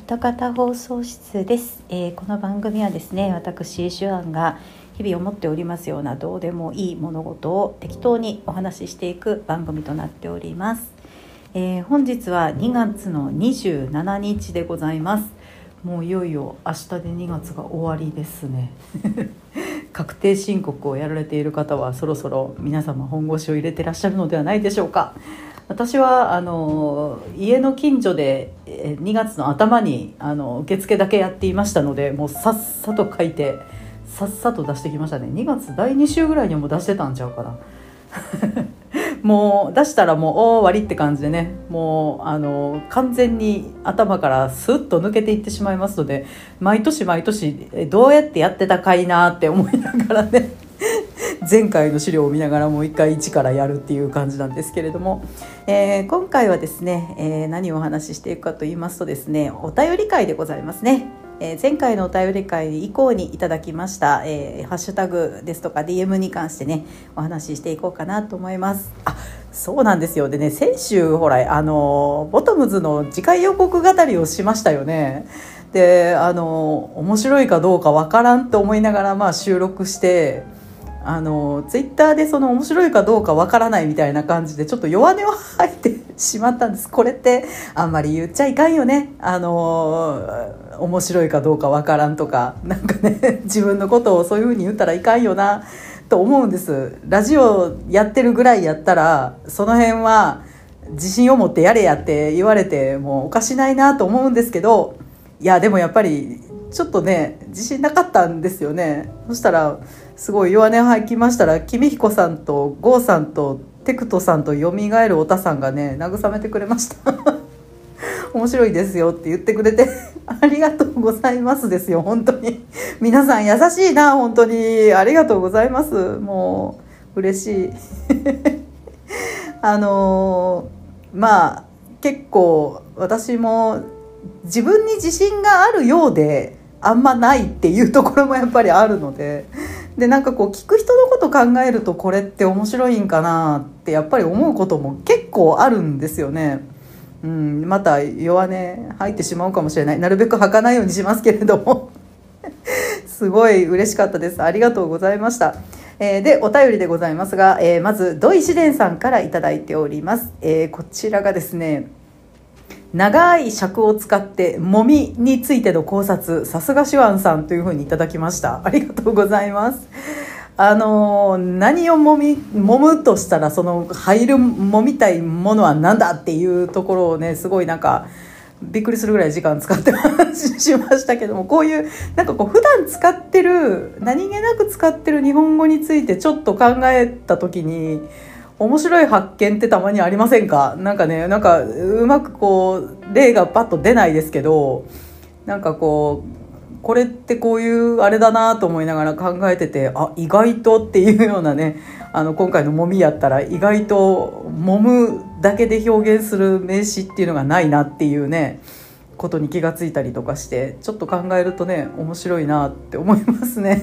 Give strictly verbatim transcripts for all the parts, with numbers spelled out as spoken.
一方放送室です、えー、この番組はですね、私シュアンが日々思っておりますようなどうでもいい物事を適当にお話ししていく番組となっております。えー、本日はにがつのにじゅうしちにちでございます。もういよいよ明日でにがつが終わりですね確定申告をやられている方はそろそろ皆様本腰を入れてらっしゃるのではないでしょうか。私はあの家の近所でにがつの頭にあの受付だけやっていましたので、もうさっさと書いてさっさと出してきましたね。にがつだいに週ぐらいにはもう出してたんちゃうかなもう出したらもう終わりって感じでね、もうあの完全に頭からスッと抜けていってしまいますので、毎年毎年どうやってやってたかいなって思いながらね前回の資料を見ながらもう一回一からやるっていう感じなんですけれども、えー、今回はですね、えー、何をお話ししていくかと言いますとですね、お便り会でございますね。えー、前回のお便り会以降にいただきました、えー、ハッシュタグですとか ディーエム に関してねお話ししていこうかなと思います。あ、そうなんですよ。でね、先週ほらあのボトムズの次回予告語りをしましたよね。で、あの面白いかどうかわからんと思いながら、まあ、収録してあのツイッターでその面白いかどうかわからないみたいな感じでちょっと弱音を吐いてしまったんです。これってあんまり言っちゃいかんよね。あの面白いかどうかわからんとか、なんかね自分のことをそういう風に言ったらいかんよなと思うんです。ラジオやってるぐらいやったらその辺は自信を持ってやれやって言われてもおかしないなと思うんですけど、いやでもやっぱりちょっとね自信なかったんですよね。そしたらすごい弱音を吐きましたら、君彦さんと郷さんとテクトさんとよみがえるおたさんがね慰めてくれました面白いですよって言ってくれてありがとうございますですよ。本当に皆さん優しいな、本当にありがとうございます。もう嬉しいあのー、まあ結構私も自分に自信があるようであんまないっていうところもやっぱりあるので、でなんかこう聞く人のこと考えるとこれって面白いんかなってやっぱり思うことも結構あるんですよね。うん、また弱音吐いてしまうかもしれない。なるべく吐かないようにしますけれどもすごい嬉しかったです。ありがとうございました。えー、でお便りでございますが、えー、まず土井紫伝さんからいただいております。えー、こちらがですね、長い尺を使ってもみについての考察、さすがシュワンさんというふうにいただきました。ありがとうございます。あの何をもみ揉むとしたらその入る揉みたいものは何だっていうところをね、すごいなんかびっくりするぐらい時間使ってしましたけども、こういうなんかこう普段使ってる何気なく使ってる日本語についてちょっと考えた時に面白い発見ってたまにありませんか？なんかね、なんかうまくこう例がパッと出ないですけど、なんかこうこれってこういうあれだなと思いながら考えてて、あ、意外とっていうようなね、あの今回の揉みやったら意外と揉むだけで表現する名詞っていうのがないなっていうねことに気がついたりとかして、ちょっと考えるとね面白いなって思いますね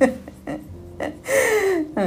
うん、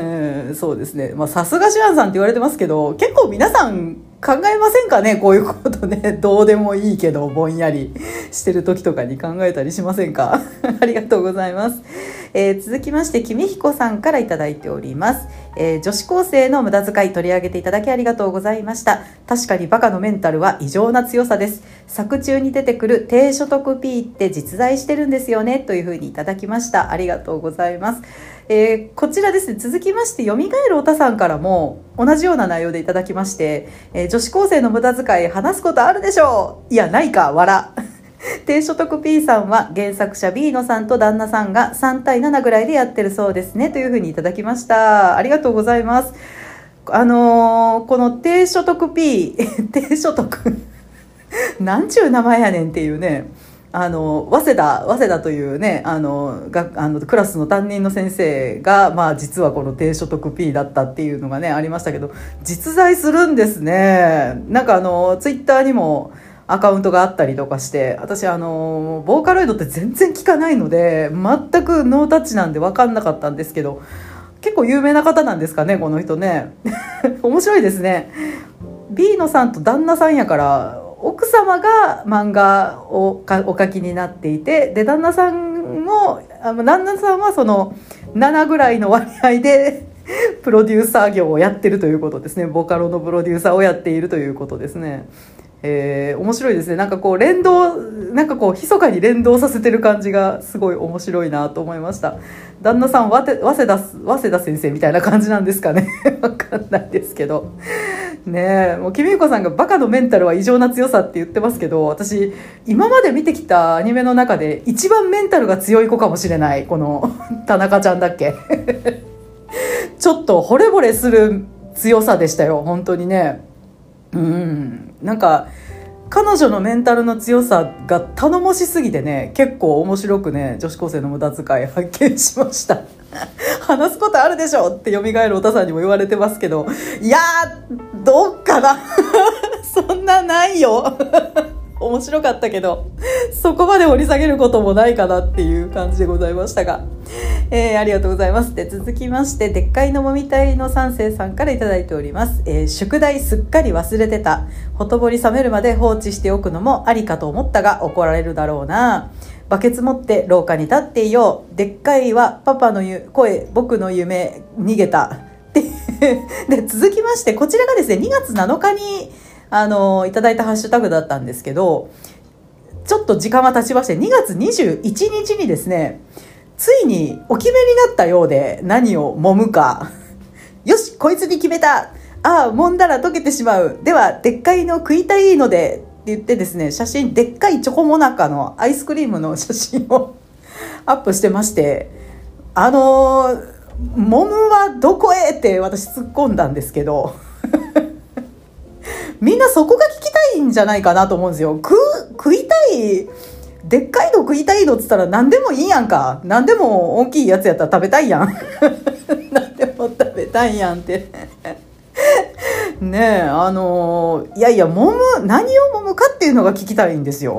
そうですね。まあさすがシュアンさんって言われてますけど、結構皆さん考えませんかね、こういうことね。どうでもいいけどぼんやりしてる時とかに考えたりしませんかありがとうございます。えー、続きまして君彦さんからいただいております。えー、女子高生の無駄遣い取り上げていただきありがとうございました。確かにバカのメンタルは異常な強さです。作中に出てくる低所得 P って実在してるんですよねというふうにいただきました。ありがとうございます。えー、こちらですね、続きましてよみがえるおたさんからも同じような内容でいただきまして、えー、女子高生の無駄遣い話すことあるでしょう。いやないか笑低所得 P さんは原作者 B のさんと旦那さんがさんたいななぐらいでやってるそうですねというふうにいただきました。ありがとうございます。あのー、この低所得 P 低所得なんちゅう名前やねんっていうね、あの早稲田早稲田というね、あのがあのクラスの担任の先生が、まあ、実はこの低所得 P だったっていうのがねありましたけど、実在するんですね。なんかあのツイッターにもアカウントがあったりとかして、私あのボーカロイドって全然聞かないので全くノータッチなんで分かんなかったんですけど、結構有名な方なんですかねこの人ね面白いですね。 B のさんと旦那さんやから奥様が漫画をかお書きになっていて、で旦那さんもあの旦那さんはそのななぐらいの割合でプロデューサー業をやってるということですね。ボカロのプロデューサーをやっているということですね。えー、面白いですね。なんかこう連動なんかこう密かに連動させてる感じがすごい面白いなと思いました。旦那さんは早稲田早稲田先生みたいな感じなんですかねわかんないですけどねえ、もう君彦さんがバカのメンタルは異常な強さって言ってますけど、私今まで見てきたアニメの中で一番メンタルが強い子かもしれない。この田中ちゃんだっけちょっと惚れ惚れする強さでしたよ本当にね。うん、なんか彼女のメンタルの強さが頼もしすぎてね、結構面白くね、女子高生の無駄遣い発見しました話すことあるでしょって蘇るおたさんにも言われてますけど、いやーどうかなそんなないよ面白かったけどそこまで掘り下げることもないかなっていう感じでございましたが、えー、ありがとうございます。で続きまして、でっかいのもみたいの三世さんからいただいております。えー、宿題すっかり忘れてた、ほとぼり冷めるまで放置しておくのもありかと思ったが怒られるだろうな、バケツ持って廊下に立っていよう、でっかいはパパの声、僕の夢逃げたで続きまして、こちらがですねにがつなのかにあのいただいたハッシュタグだったんですけど、ちょっと時間は経ちましてにがつにじゅういちにちにですね、ついにお決めになったようで、何を揉むかよしこいつに決めた、ああ揉んだら溶けてしまう、ではでっかいの食いたいのでって言ってですね、写真でっかいチョコモナカのアイスクリームの写真をアップしてまして、あのー、揉むはどこへって私突っ込んだんですけどみんなそこが聞きたいんじゃないかなと思うんですよ。食食いたい、でっかいの食いたいのっつったら何でもいいやんか、何でも大きいやつやったら食べたいやん何でも食べたいやんってねえ、あのー、いやいや揉む、何を揉むかっていうのが聞きたいんですよ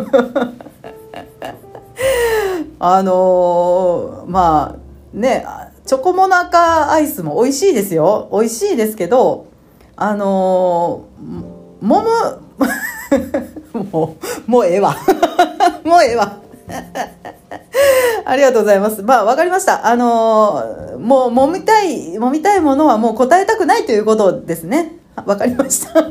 あのー、まあね、チョコモナカアイスも美味しいですよ、美味しいですけど、あのー、揉むもうもうええわもうええわありがとうございます。まあわかりました。あのー、もう揉みたい揉みたいものはもう答えたくないということですね。わかりました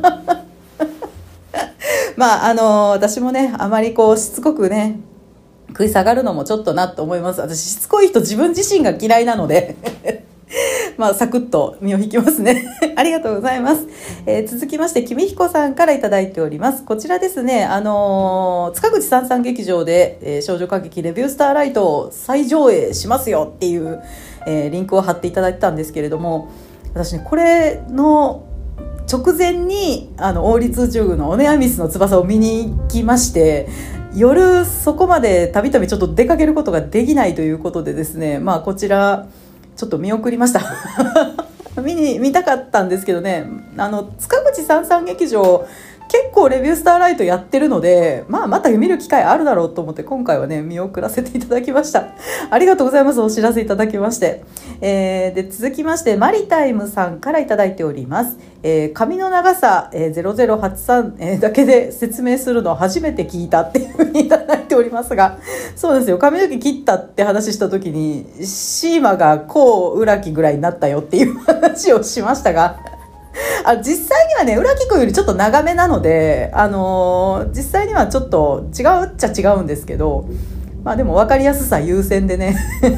まああのー、私もねあまりこうしつこくね食い下がるのもちょっとなと思います。私しつこい人自分自身が嫌いなのでまあサクッと身を引きますねありがとうございます。えー、続きまして君彦さんからいただいております。こちらですね、あのー、塚口三三劇場で、えー、少女歌劇レビュースターライトを再上映しますよっていう、えー、リンクを貼っていただいたんですけれども、私ねこれの直前にあの王立宇宙軍のオネアミスの翼を見に行きまして、夜そこまでたびたびちょっと出かけることができないということでですね、まあこちらちょっと見送りました見に見たかったんですけどね、あの塚口三三劇場結構レビュースターライトやってるので、まあまた見る機会あるだろうと思って今回はね見送らせていただきました。ありがとうございます。お知らせいただきまして、えー、で続きましてマリタイムさんからいただいております。えー、髪の長さ、えー、ゼロゼロはちさん、えー、だけで説明するの初めて聞いたっていうふうにいただいておりますが、そうですよ、髪の毛切ったって話した時にシーマがこう裏木ぐらいになったよっていう話をしましたがあ実際にはね裏木くんよりちょっと長めなので、あのー、実際にはちょっと違うっちゃ違うんですけど、まあでも分かりやすさ優先でね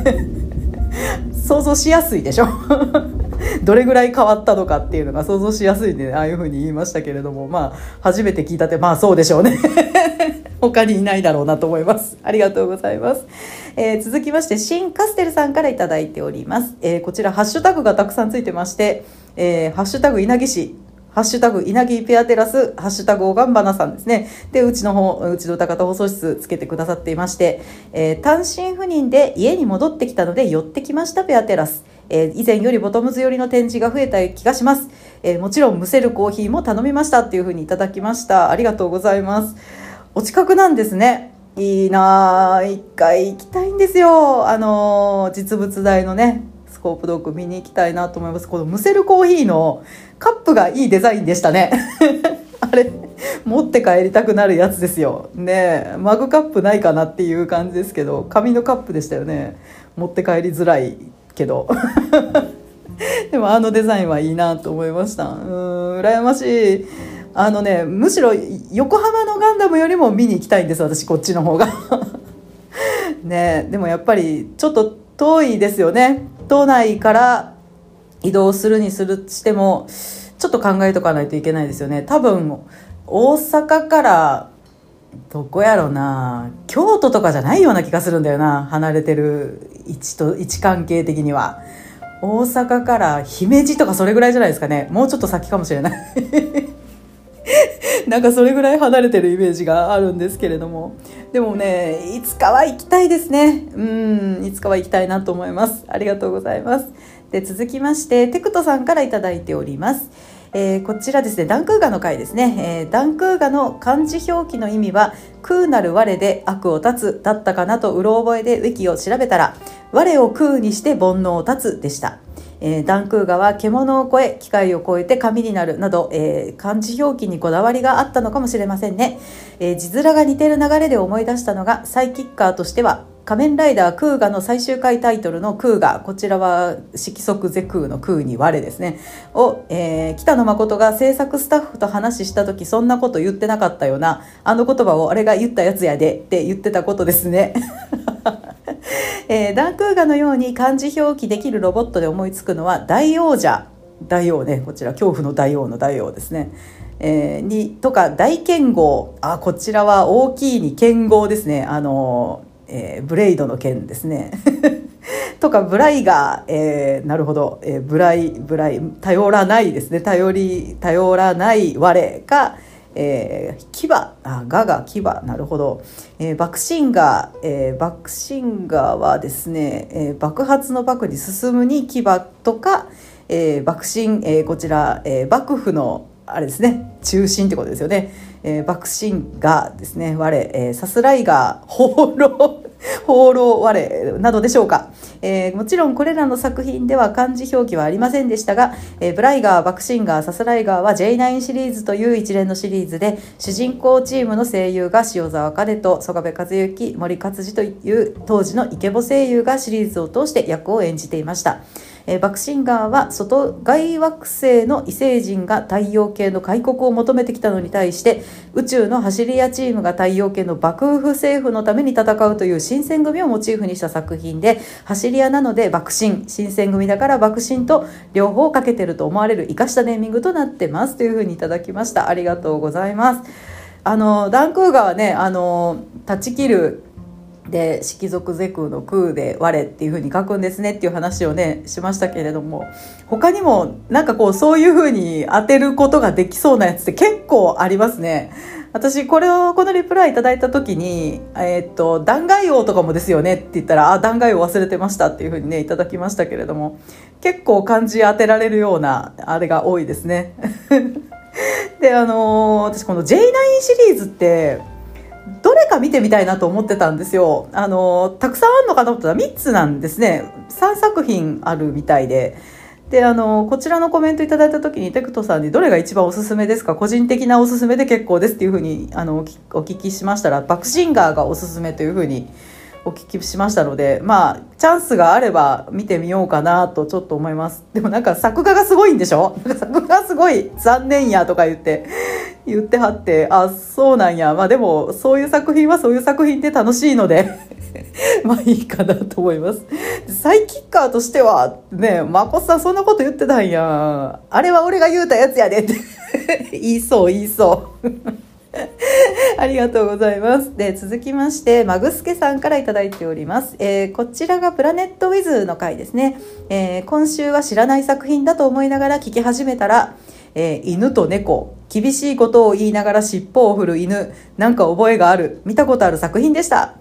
想像しやすいでしょどれぐらい変わったのかっていうのが想像しやすいんで、ね、ああいう風に言いましたけれども、まあ初めて聞いたってまあそうでしょうね他にいないだろうなと思います。ありがとうございます。えー、続きましてシンカステルさんからいただいております。えー、こちらハッシュタグがたくさんついてまして、えー、ハッシュタグ稲城市、ハッシュタグ稲城ペアテラス、ハッシュタグおがんばなさんですね。で、うちの方、うちの高田放送室つけてくださっていまして、えー、単身赴任で家に戻ってきたので寄ってきましたペアテラス。えー、以前よりボトムズ寄りの展示が増えた気がします。えー、もちろんむせるコーヒーも頼みましたっていうふうにいただきました。ありがとうございます。お近くなんですね。いいなぁ、一回行きたいんですよ。あのー、実物大のねスコープドッグ見に行きたいなと思います。このむせるコーヒーのカップがいいデザインでしたねあれ持って帰りたくなるやつですよね。マグカップないかなっていう感じですけど、紙のカップでしたよね。持って帰りづらいけどでもあのデザインはいいなと思いました。うーん、羨ましい。あのね、むしろ横浜のガンダムよりも見に行きたいんです、私こっちの方がね。でもやっぱりちょっと遠いですよね。都内から移動するにするしてもちょっと考えとかないといけないですよね。多分大阪からどこやろな、京都とかじゃないような気がするんだよな、離れてる位置と位置関係的には。大阪から姫路とかそれぐらいじゃないですかね。もうちょっと先かもしれないなんかそれぐらい離れてるイメージがあるんですけれども、でもね、いつかは行きたいですね。うん、いつかは行きたいなと思います。ありがとうございます。で、続きましてテクトさんからいただいております。えー、こちらですね、ダンクーガの回ですね。えー、ダンクーガの漢字表記の意味は空なる我で悪を断つだったかなとうろ覚えでウィキを調べたら、我を空にして煩悩を断つでした。えー、ダンクーガは獣を超え機械を超えて神になるなど、えー、漢字表記にこだわりがあったのかもしれませんね。えー、字面が似ている流れで思い出したのが、サイキッカーとしては仮面ライダークーガの最終回タイトルのクーガ、こちらは色即是空の空に我ですねを、えー、北野誠が制作スタッフと話した時、そんなこと言ってなかったよな、あの言葉をあれが言ったやつやでって言ってたことですねえー、ダンクーガのように漢字表記できるロボットで思いつくのは大王者、大王ね、こちら恐怖の大王の大王ですね、えー、にとか大剣豪、あ、こちらは大きいに剣豪ですね、あのーえー、ブレイドの剣ですねとかブライガー、えー、なるほど、えー、ブライブライ頼らないですね、頼り頼らない我が、えー、牙、あ、ガが牙、なるほど、えー、爆心ガー、えー、爆心ガーはですね、えー、爆発の爆に進むに牙とか、えー、爆心、えー、こちら、えー、幕府のあれですね、中心ってことですよね、えー、爆心ガーですね、我、えー、さすらいガー、放浪放浪我などでしょうか。えー、もちろんこれらの作品では漢字表記はありませんでしたが、えー、ブライガー、バクシンガー、サスライガーは ジェイナイン シリーズという一連のシリーズで、主人公チームの声優が塩沢楓と曽我部和幸、森勝治という当時のイケボ声優がシリーズを通して役を演じていました。えー、バクシンガーは外外惑星の異星人が太陽系の開国を求めてきたのに対して、宇宙の走り屋チームが太陽系の幕府政府のために戦うという新選組をモチーフにした作品で、走り屋なので幕臣、新選組だから幕臣と両方かけてると思われる生かしたネーミングとなってますというふうにいただきました。ありがとうございます。あのダンクーガはね、あの断ち切るで色属是空の空で我っていう風に書くんですねっていう話をねしましたけれども、他にもなんかこうそういう風に当てることができそうなやつって結構ありますね。私これをこのリプライいただいた時に、えー、っと弾劾王とかもですよねって言ったら、あ、弾劾王忘れてましたっていう風にねいただきましたけれども、結構漢字当てられるようなあれが多いですねで、あのー、私この ジェイナイン シリーズってどれか見てみたいなと思ってたんですよ。あのたくさんあるのかと思ったらみっつなんですね。さんさく品あるみたいで、であのこちらのコメントいただいた時にテクトさんにどれが一番おすすめですか、個人的なおすすめで結構ですっていうふうにあのお聞きしましたら、バクシンガーがおすすめというふうにお聞きしましたので、まあチャンスがあれば見てみようかなとちょっと思います。でもなんか作画がすごいんでしょ、なんか作画がすごい残念やとか言って言ってはって、あ、そうなんや、まあでもそういう作品はそういう作品で楽しいのでまあいいかなと思います。サイキッカーとしてはね、まこさんそんなこと言ってたんや、あれは俺が言うたやつやでって言いそう言いそうありがとうございます。で、続きましてマグスケさんからいただいております。えー、こちらがプラネットウィズの回ですね。えー、今週は知らない作品だと思いながら聞き始めたら、えー、犬と猫、厳しいことを言いながら尻尾を振る犬、なんか覚えがある、見たことある作品でした。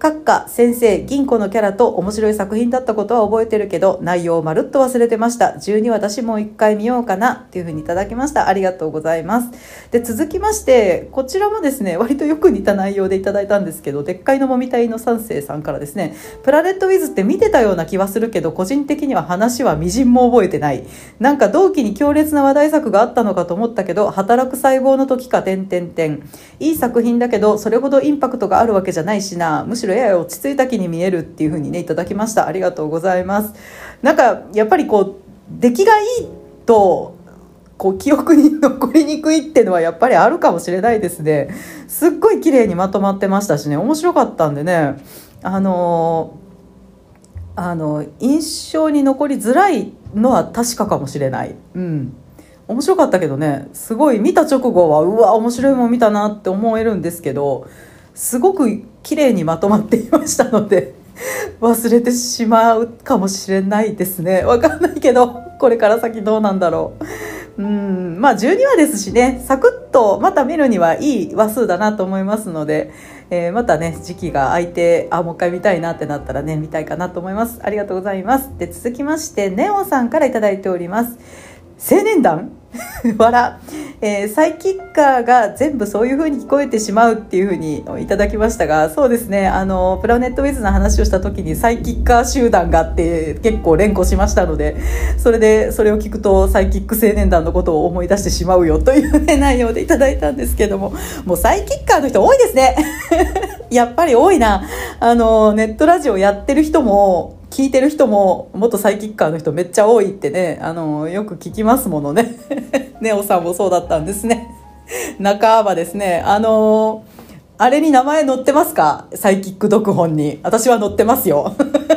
閣下先生銀子のキャラと面白い作品だったことは覚えてるけど内容をまるっと忘れてました。じゅうに私もう一回見ようかなっていうふうにいただきました。ありがとうございます。で続きましてこちらもですね割とよく似た内容でいただいたんですけど、でっかいのもみたいの三世さんからですね、プラネットウィズって見てたような気はするけど個人的には話はみじんも覚えてない。なんか同期に強烈な話題作があったのかと思ったけど働く細胞の時か点々点。いい作品だけどそれほどインパクトがあるわけじゃないしな、むしろやや落ち着いた気に見えるっていう風にねいただきました。ありがとうございます。なんかやっぱりこう出来がいいとこう記憶に残りにくいっていうのはやっぱりあるかもしれないですね。すっごい綺麗にまとまってましたしね、面白かったんでね、あのあの印象に残りづらいのは確かかもしれない。うん面白かったけどね、すごい見た直後はうわ面白いもん見たなって思えるんですけど、すごく綺麗にまとまっていましたので忘れてしまうかもしれないですね。わかんないけどこれから先どうなんだろう。うんまあじゅうにわですしね、サクッとまた見るにはいい話数だなと思いますので、えー、またね時期が空いてあもう一回見たいなってなったらね見たいかなと思います。ありがとうございます。で続きましてネオさんからいただいております。青年団笑、えー、サイキッカーが全部そういう風に聞こえてしまうっていう風にいただきましたが、そうですね、あのプラネットウィズの話をした時にサイキッカー集団があって結構連呼しましたので、それでそれを聞くとサイキック青年団のことを思い出してしまうよという、ね、内容でいただいたんですけども、もうサイキッカーの人多いですねやっぱり多いな。あのネットラジオやってる人も聞いてる人も元サイキッカーの人めっちゃ多いってね、あのよく聞きますものねネオさんもそうだったんですね。中場ですね、あのあれに名前載ってますか？サイキック読本に私は載ってますよ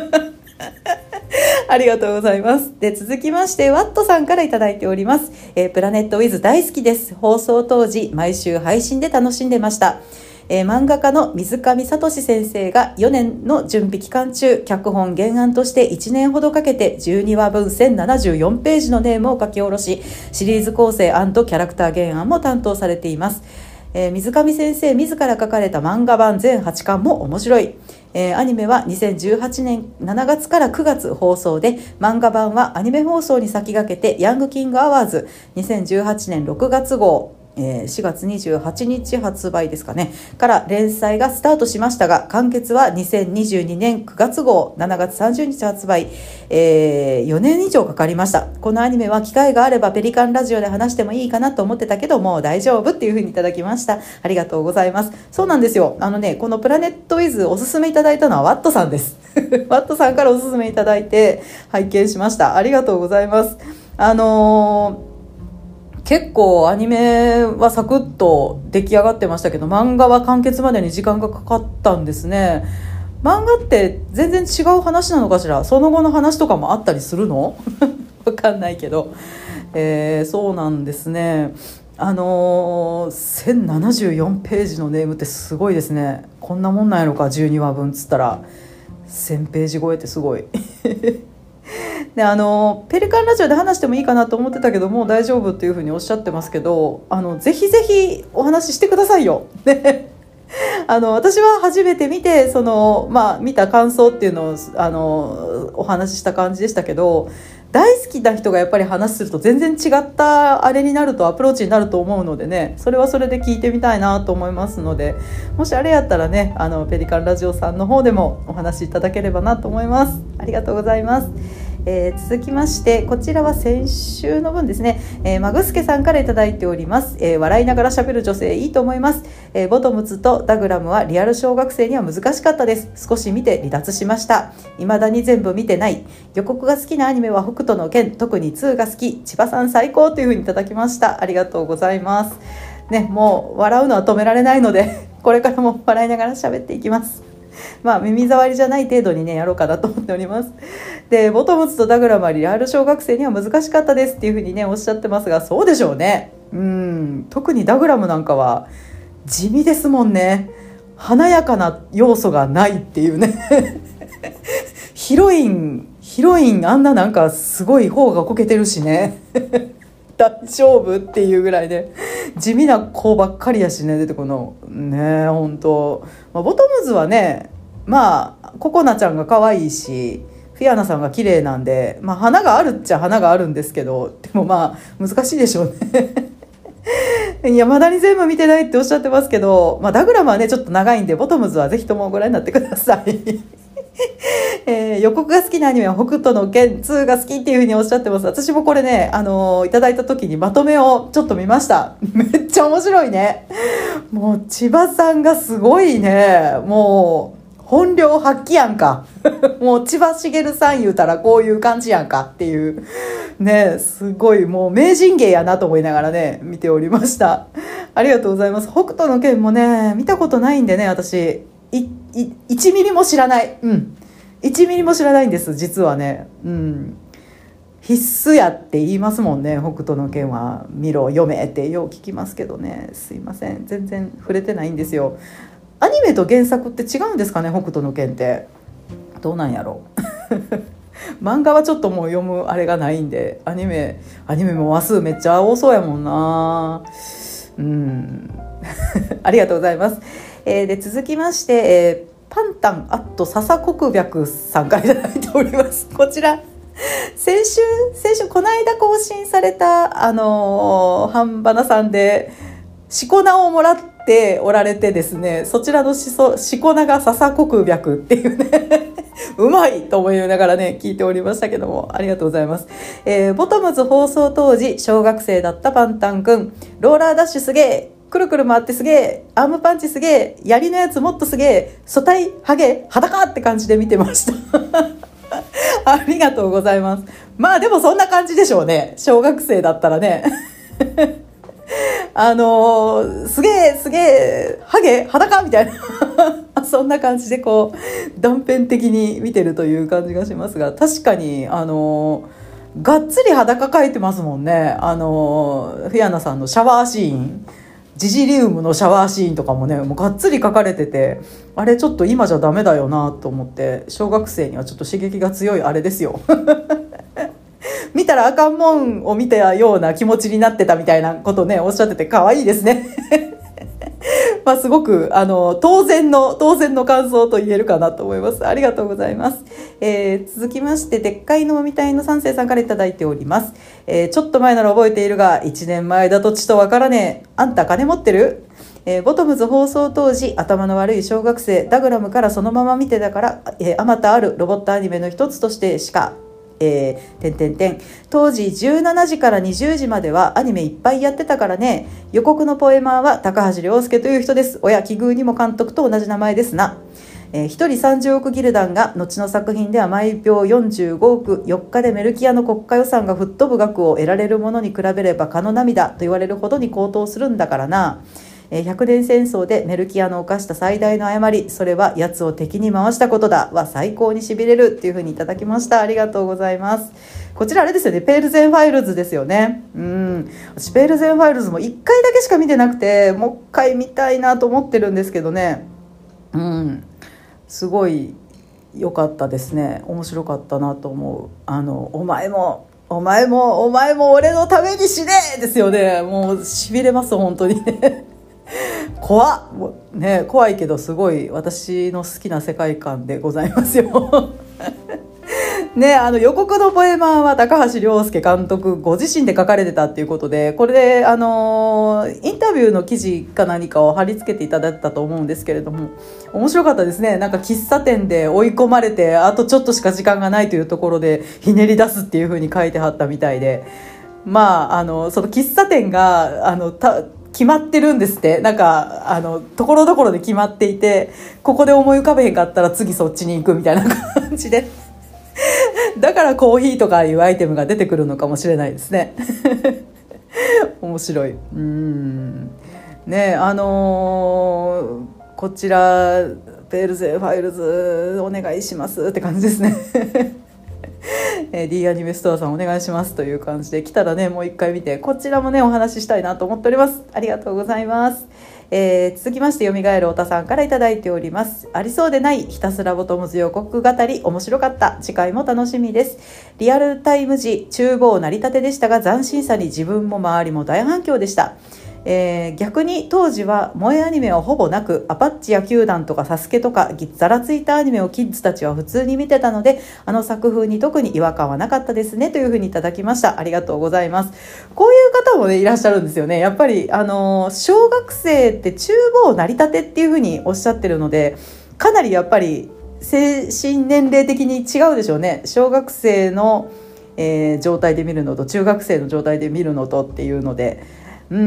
ありがとうございます。で続きましてワットさんからいただいております。えー、プラネットウィズ大好きです。放送当時毎週配信で楽しんでました。えー、漫画家の水上聡先生がよねんの準備期間中脚本原案としていちねんほどかけてじゅうにわぶんせんななじゅうよんページのネームを書き下ろし、シリーズ構成&キャラクター原案も担当されています。えー、水上先生自ら書かれた漫画版全はちかんも面白い。えー、アニメはにせんじゅうはちねんしちがつからくがつ放送で、漫画版はアニメ放送に先駆けてヤングキングアワーズにせんじゅうはちねんろくがつ号しがつにじゅうはちにち発売ですかねから連載がスタートしましたが、完結はにせんにじゅうにねんくがつ号しちがつさんじゅうにち発売、えー、よねん以上かかりました。このアニメは機会があればペリカンラジオで話してもいいかなと思ってたけどもう大丈夫っていう風にいただきました。ありがとうございます。そうなんですよ、あのねこのプラネットウィズおすすめいただいたのはワットさんですワットさんからおすすめいただいて拝見しました。ありがとうございます。あのー結構アニメはサクッと出来上がってましたけど、漫画は完結までに時間がかかったんですね。漫画って全然違う話なのかしら、その後の話とかもあったりするのわかんないけど、えー、そうなんですね。あのー、せんななじゅうよんページのネームってすごいですね。こんなもんなんやろか、じゅうにわぶんつったらせんページ超えってすごいであのペリカンラジオで話してもいいかなと思ってたけどもう大丈夫っていうふうにおっしゃってますけど、あのぜひぜひお話ししてくださいよ、ね、あの私は初めて見てその、まあ、見た感想っていうのをあのお話しした感じでしたけど、大好きな人がやっぱり話すると全然違ったあれになるとアプローチになると思うのでね、それはそれで聞いてみたいなと思いますので、もしあれやったらねあのペリカンラジオさんの方でもお話しいただければなと思います。ありがとうございます。えー、続きましてこちらは先週の分ですね、えー、マグスケさんからいただいております。えー、笑いながら喋る女性いいと思います。えー、ボトムズとダグラムはリアル小学生には難しかったです。少し見て離脱しました。未だに全部見てない。予告が好きなアニメは北斗の拳、特ににが好き。千葉さん最高というふうにいただきました。ありがとうございます。ね、もう笑うのは止められないのでこれからも笑いながら喋っていきます。まあ耳障りじゃない程度にねやろうかなと思っております。でボトムズとダグラムはリアル小学生には難しかったですっていうふうにねおっしゃってますが、そうでしょうね。うん特にダグラムなんかは地味ですもんね。華やかな要素がないっていうねヒロインヒロインあんななんかすごい方がこけてるしね大丈夫っていうぐらいで地味な子ばっかりやしね出てこのね本当、まあ、ボトムズはねまあココナちゃんが可愛いしフィアナさんが綺麗なんで、まあ花があるっちゃ花があるんですけど、でもまあ難しいでしょうねいやまだに全部見てないっておっしゃってますけど、まあ、ダグラムはねちょっと長いんでボトムズはぜひともご覧になってくださいえー、予告が好きなアニメは北斗の拳ツーが好きっていうふうにおっしゃってます。私もこれね、あのー、いただいた時にまとめをちょっと見ました。めっちゃ面白いね。もう千葉さんがすごいね。もう本領発揮やんかもう千葉茂さん言うたらこういう感じやんかっていうね、すごいもう名人芸やなと思いながらね見ておりました。ありがとうございます。北斗の拳もね見たことないんでね、私いいいちミリも知らない、うんいちミリも知らないんです実はね。うん必須やって言いますもんね。北斗の拳は見ろ読めってよう聞きますけどね、すいません全然触れてないんですよ。アニメと原作って違うんですかね、北斗の拳ってどうなんやろ漫画はちょっともう読むあれがないんで、アニメアニメも話数めっちゃ多そうやもんな。うんありがとうございます。えー、で続きまして、えー、パンタンアット笹国白さんからいただいております。こちら先週先週この間更新されたあのー、半ばなさんでしこ名をもらっておられてですね、そちらのしそしこ名が笹国白っていうねうまいと思いながらね聞いておりましたけども、ありがとうございます。えー、ボトムズ放送当時小学生だったパンタンくん、ローラーダッシュすげえ、くるくる回ってすげえ、アームパンチすげえ、槍のやつもっとすげえ、素体ハゲ裸って感じで見てましたありがとうございます。まあでもそんな感じでしょうね、小学生だったらねあのー、すげえすげえハゲ裸みたいなそんな感じでこう断片的に見てるという感じがしますが、確かにあのー、がっつり裸描いてますもんね。あのー、フィアナさんのシャワーシーン、ジジリウムのシャワーシーンとかもねもうがっつり描かれてて、あれちょっと今じゃダメだよなと思って、小学生にはちょっと刺激が強いあれですよ見たらあかんもんを見たような気持ちになってたみたいなことねおっしゃってて可愛いですねまあすごくあの当然の当然の感想と言えるかなと思います。ありがとうございます。えー、続きましてでっかいのみたいの三世さんからいただいております。えー、ちょっと前なら覚えているがいちねんまえだとちとわからねえ、あんた金持ってる？えー、ボトムズ放送当時頭の悪い小学生ダグラムからそのまま見てたから、えー、あまたあるロボットアニメの一つとしてしかえー、てんてんてん当時じゅうしちじからにじゅうじまではアニメいっぱいやってたからね。予告のポエマーは高橋涼介という人です。親奇遇にも監督と同じ名前ですな。えー、ひとりさんじゅうおくギルダンが後の作品では毎秒よんじゅうごおく、よっかでメルキアの国家予算が吹っ飛ぶ額を得られるものに比べれば蚊の涙と言われるほどに高騰するんだからな。ひゃくねん戦争でメルキアの犯した最大の誤り、それは奴を敵に回したことだは最高にしびれるっていう風にいただきました。ありがとうございます。こちらあれですよね、ペールゼンファイルズですよね。うん私ペールゼンファイルズもいっかいだけしか見てなくて、もう一回見たいなと思ってるんですけどね。うんすごい良かったですね。面白かったなと思う。あのお前もお前もお前も俺のために死ねですよね。もうしびれます本当にね怖っ、ね、怖いけどすごい私の好きな世界観でございますよね、あの予告のポエマーは高橋涼介監督ご自身で書かれてたっていうことで、これであのインタビューの記事か何かを貼り付けていただいたと思うんですけれども、面白かったですね。なんか喫茶店で追い込まれてあとちょっとしか時間がないというところでひねり出すっていう風に書いてはったみたいで、まああのその喫茶店があのた決まってるんですって。なんかあのところどころで決まっていて、ここで思い浮かべへんかったら次そっちに行くみたいな感じでだからコーヒーとかいうアイテムが出てくるのかもしれないですね面白い。うんねあのー、こちらペールゼファイルズお願いしますって感じですねえー、D アニメストアさんお願いしますという感じで、来たらねもう一回見てこちらもねお話ししたいなと思っております。ありがとうございます。えー、続きましてよみがえるおたさんからいただいております。ありそうでないひたすらボトムズ予告語り面白かった。次回も楽しみです。リアルタイム時厨房成り立てでしたが斬新さに自分も周りも大反響でした。 えー、逆に当時は萌えアニメはほぼなく、アパッチ野球団とかサスケとかざらついたアニメをキッズたちは普通に見てたので、あの作風に特に違和感はなかったですね、というふうにいただきました。ありがとうございます。こういう方もねいらっしゃるんですよね。やっぱりあのー、小学生って厨房成り立てっていうふうにおっしゃってるので、かなりやっぱり精神年齢的に違うでしょうね。小学生の、えー、状態で見るのと中学生の状態で見るのとっていうので、うん、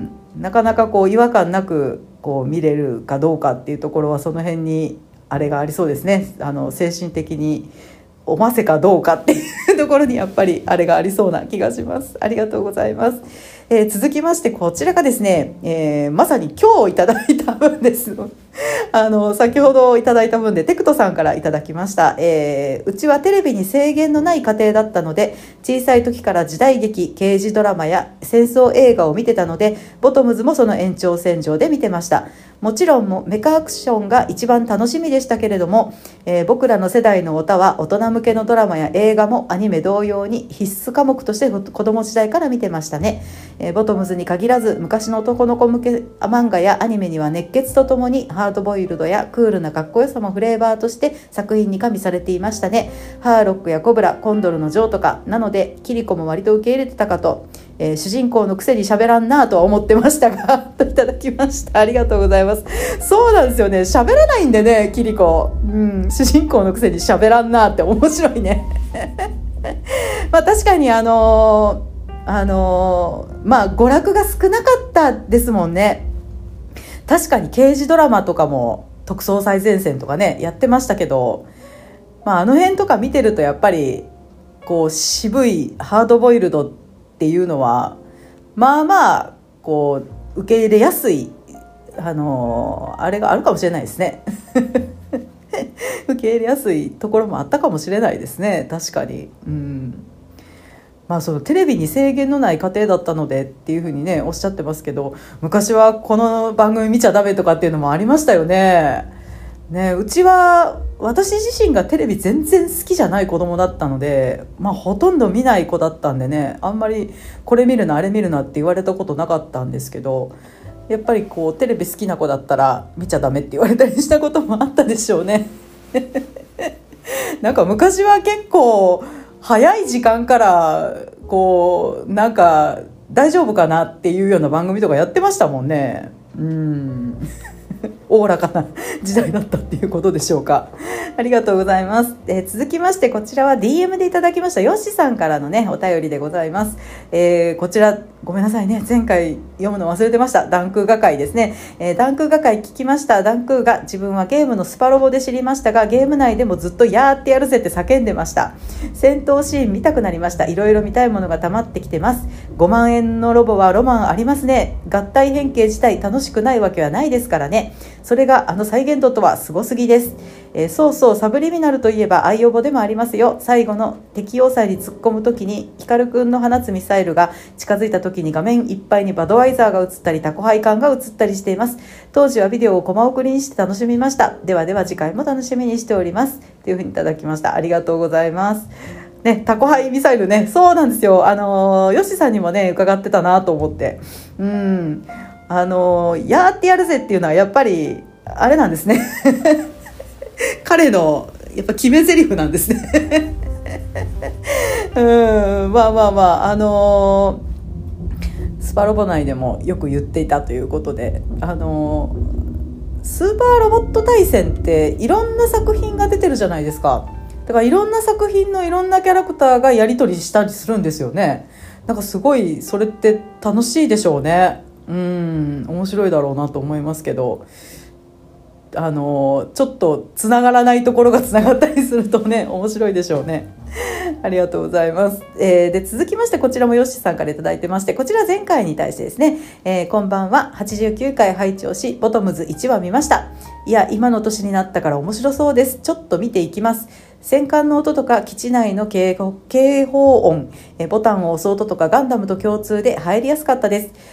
なかなかこう違和感なくこう見れるかどうかっていうところは、その辺にあれがありそうですね。あの精神的におませかどうかっていうところにやっぱりあれがありそうな気がします。ありがとうございます。えー、続きましてこちらがですね、えー、まさに今日いただいた分ですあの先ほどいただいた分でテクトさんからいただきました。えー、うちはテレビに制限のない家庭だったので、小さい時から時代劇、刑事ドラマや戦争映画を見てたので、ボトムズもその延長線上で見てました。もちろんもメカアクションが一番楽しみでしたけれども、えー、僕らの世代のオタは大人向けのドラマや映画もアニメ同様に必須科目として子供時代から見てましたね。えー、ボトムズに限らず昔の男の子向け漫画やアニメには熱血とともにハードボイルドやクールなかっこよさもフレーバーとして作品に加味されていましたね。ハーロックやコブラ、コンドルのジョーとかなので、キリコも割と受け入れてたかと、えー、主人公のくせに喋らんなとは思ってましたがといただきました。ありがとうございます。そうなんですよね、喋れないんでね、キリコ、うん、主人公のくせに喋らんなって面白いねまあ確かにあのー、あのー、まあ娯楽が少なかったですもんね。確かに刑事ドラマとかも特捜最前線とかねやってましたけど、まあ、あの辺とか見てるとやっぱりこう渋いハードボイルドっていうのはまあまあこう受け入れやすい、あのー、あれがあるかもしれないですね受け入れやすいところもあったかもしれないですね。確かに、うん、まあそのテレビに制限のない家庭だったのでっていうふうにねおっしゃってますけど、昔はこの番組見ちゃダメとかっていうのもありましたよね。ね、うちは私自身がテレビ全然好きじゃない子供だったので、まあ、ほとんど見ない子だったんでね、あんまりこれ見るなあれ見るなって言われたことなかったんですけど、やっぱりこうテレビ好きな子だったら見ちゃダメって言われたりしたこともあったでしょうねなんか昔は結構早い時間からこうなんか大丈夫かなっていうような番組とかやってましたもんね。うんおおらかな時代だったっていうことでしょうか。ありがとうございます。えー、続きましてこちらは ディーエム でいただきましたヨッシさんからのねお便りでございます。えー、こちらごめんなさいね、前回読むの忘れてました。ダンクー画会ですね。えー、ダンクー画会聞きました。ダンクーが自分はゲームのスパロボで知りましたが、ゲーム内でもずっとやーってやるぜって叫んでました。戦闘シーン見たくなりました。いろいろ見たいものが溜まってきてます。ごまんえんのロボはロマンありますね。合体変形自体楽しくないわけはないですからね。それがあの再現度とはすごすぎです。えー、そうそう、サブリミナルといえば愛用語でもありますよ。最後の敵要塞に突っ込む時にヒカルくんの放つミサイルが近づいた時に画面いっぱいにバドワイザーが映ったりタコハイ感が映ったりしています。当時はビデオをコマ送りにして楽しみました。ではでは次回も楽しみにしておりますというふうにいただきました。ありがとうございますね。タコハイミサイルね、そうなんですよ。あのヨシさんにもね伺ってたなと思って、うんあのやーってやるぜっていうのはやっぱりあれなんですね彼のやっぱ決め台詞なんですねうんまあまあまああのー、スパロボ内でもよく言っていたということで、あのー、スーパーロボット対戦っていろんな作品が出てるじゃないですか。だからいろんな作品のいろんなキャラクターがやり取りしたりするんですよね。なんかすごいそれって楽しいでしょうね。うん面白いだろうなと思いますけど、あのちょっとつながらないところがつながったりするとね面白いでしょうね。ありがとうございます。えー、で続きましてこちらもヨッシーさんからいただいてまして、こちら前回に対してですね、えー、こんばんは。はちじゅうきゅうかい拝聴しボトムズいちわ見ました。いや今の年になったから面白そうです。ちょっと見ていきます。戦艦の音とか基地内の警報、警報音、えボタンを押す音とかガンダムと共通で入りやすかったです。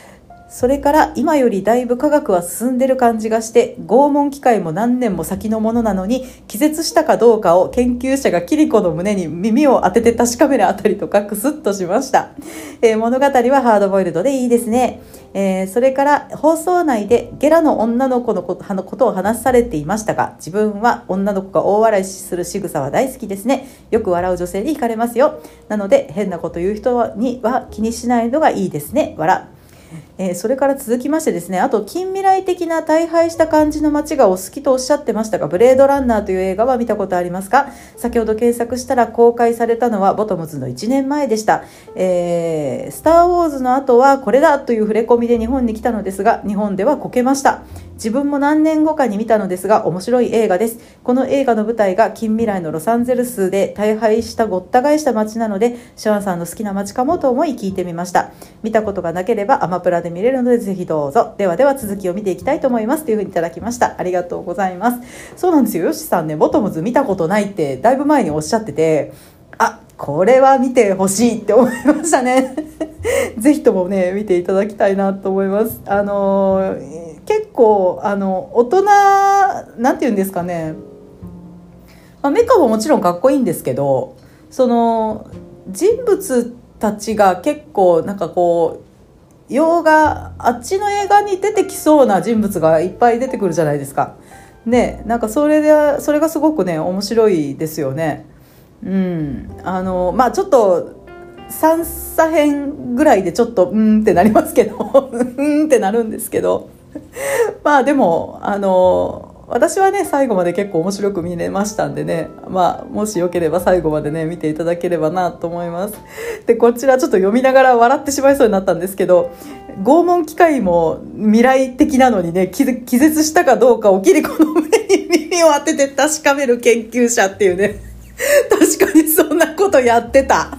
それから今よりだいぶ科学は進んでる感じがして、拷問機械も何年も先のものなのに気絶したかどうかを研究者がキリコの胸に耳を当てて確かめるあたりとかクスッとしました。えー、物語はハードボイルドでいいですね。えー、それから放送内でゲラの女の子のことを話されていましたが、自分は女の子が大笑いする仕草は大好きですね。よく笑う女性に惹かれますよ。なので変なこと言う人には気にしないのがいいですね。笑。えー、それから続きましてですね、あと近未来的な大敗した感じの街がお好きとおっしゃってましたが、ブレードランナーという映画は見たことありますか？先ほど検索したら公開されたのはボトムズのいちねんまえでした。えー、スターウォーズの後はこれだという触れ込みで日本に来たのですが、日本ではこけました。自分も何年後かに見たのですが面白い映画です。この映画の舞台が近未来のロサンゼルスで大敗したごった返した街なので、シャワンさんの好きな街かもと思い聞いてみました。見たことがなければアマプラで見れるのでぜひどうぞ。ではでは続きを見ていきたいと思いますというふうにいただきました。ありがとうございます。そうなんですよ、よしさんね、ボトムズ見たことないってだいぶ前におっしゃってて、あ、これは見てほしいって思いましたねぜひともね見ていただきたいなと思います。あのー結構あの大人なんていうんですかね、まあ、メカももちろんかっこいいんですけど、その人物たちが結構なんかこう洋画あっちの映画に出てきそうな人物がいっぱい出てくるじゃないですかね。なんかそれでそれがすごくね面白いですよね。うんあのまあちょっと三左辺ぐらいでちょっとうーんってなりますけどうーんってなるんですけどまあでもあの私はね最後まで結構面白く見れましたんでね、まあもしよければ最後までね見ていただければなと思います。でこちらちょっと読みながら笑ってしまいそうになったんですけど、拷問機械も未来的なのにね気絶したかどうかをキリコの胸に耳を当てて確かめる研究者っていうね確かにそんなことやってた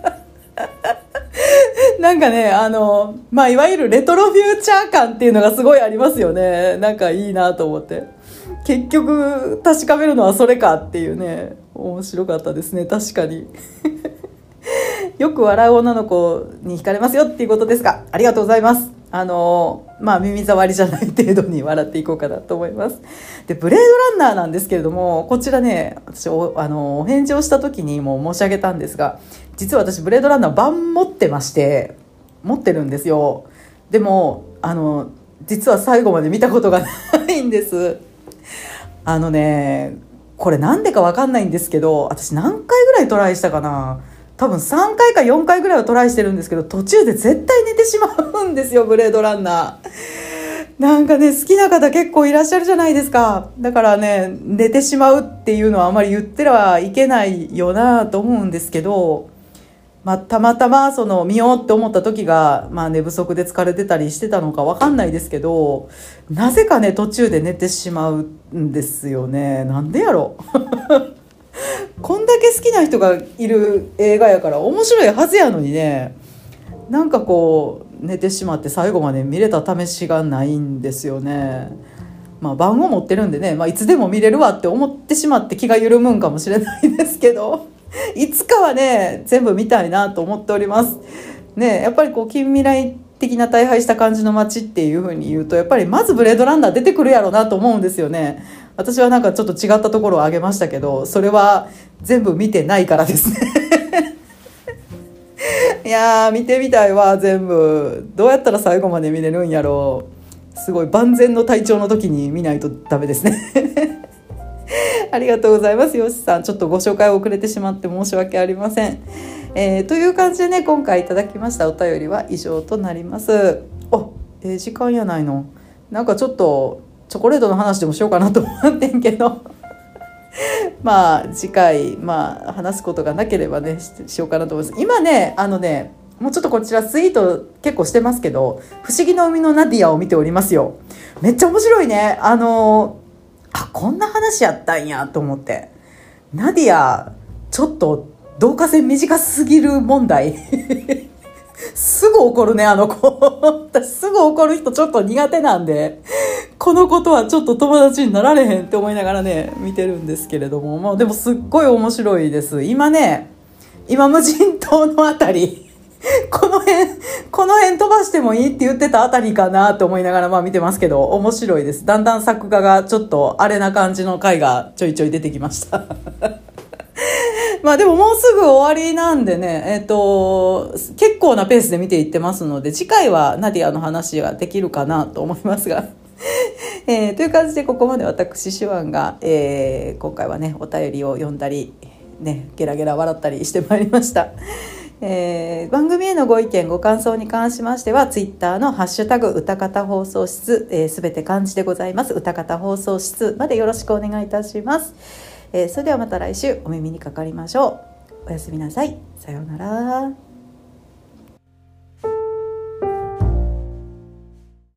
なんかねあの、まあ、いわゆるレトロフューチャー感っていうのがすごいありますよね。なんかいいなと思って、結局確かめるのはそれかっていうね、面白かったですね。確かによく笑う女の子に惹かれますよっていうことですが、ありがとうございます。あのまあ耳障りじゃない程度に笑っていこうかなと思います。でブレードランナーなんですけれども、こちらね私 お, あのお返事をした時にも申し上げたんですが、実は私ブレードランナー版持ってまして持ってるんですよ。でもあの実は最後まで見たことがないんです。あのねこれなんでか分かんないんですけど、私何回ぐらいトライしたかな、多分さんかいかよんかいぐらいはトライしてるんですけど、途中で絶対寝てしまうんですよブレードランナー。なんかね好きな方結構いらっしゃるじゃないですか。だからね寝てしまうっていうのはあまり言ってはいけないよなと思うんですけど、まあ、たまたまその見ようって思った時が、まあ、寝不足で疲れてたりしてたのか分かんないですけど、なぜかね途中で寝てしまうんですよね。なんでやろこんだけ好きな人がいる映画やから面白いはずやのにね、なんかこう寝てしまって最後まで見れた試しがないんですよね。まあ番号持ってるんでね、まあ、いつでも見れるわって思ってしまって気が緩むんかもしれないですけどいつかはね全部見たいなと思っておりますね。やっぱりこう近未来的な大敗した感じの街っていう風に言うと、やっぱりまずブレードランナー出てくるやろうなと思うんですよね。私はなんかちょっと違ったところを挙げましたけど、それは全部見てないからですねいやー見てみたいわ。全部どうやったら最後まで見れるんやろう。すごい万全の体調の時に見ないとダメですねありがとうございます。よしさん、ちょっとご紹介遅れてしまって申し訳ありません。えー、という感じでね今回いただきましたお便りは以上となります。お、ええ時間やないの。なんかちょっとチョコレートの話でもしようかなと思ってんけどまあ次回、まあ、話すことがなければね し, しようかなと思います。今ねあのねもうちょっとこちらツイート結構してますけど、不思議の海のナディアを見ておりますよ。めっちゃ面白いね。あのあこんな話やったんやと思って、ナディアちょっと導火線短すぎる問題すぐ怒るねあの子私すぐ怒る人ちょっと苦手なんで、このことはちょっと友達になられへんって思いながらね見てるんですけれども、まあ、でもすっごい面白いです。今ね今無人島のあたりこの辺この辺飛ばしてもいいって言ってたあたりかなと思いながらまあ見てますけど、面白いです。だんだん作画がちょっとあれな感じの回がちょいちょい出てきましたまあでももうすぐ終わりなんでね、えっと、結構なペースで見ていってますので、次回はナディアの話ができるかなと思いますが、えー、という感じでここまで私手腕が、えー、今回はねお便りを読んだり、ね、ゲラゲラ笑ったりしてまいりました。えー、番組へのご意見ご感想に関しましてはツイッターのハッシュタグ歌方放送室、えー、すべて漢字でございます。歌方放送室までよろしくお願いいたします。えー、それではまた来週お耳にかかりましょう。おやすみなさい。さようなら。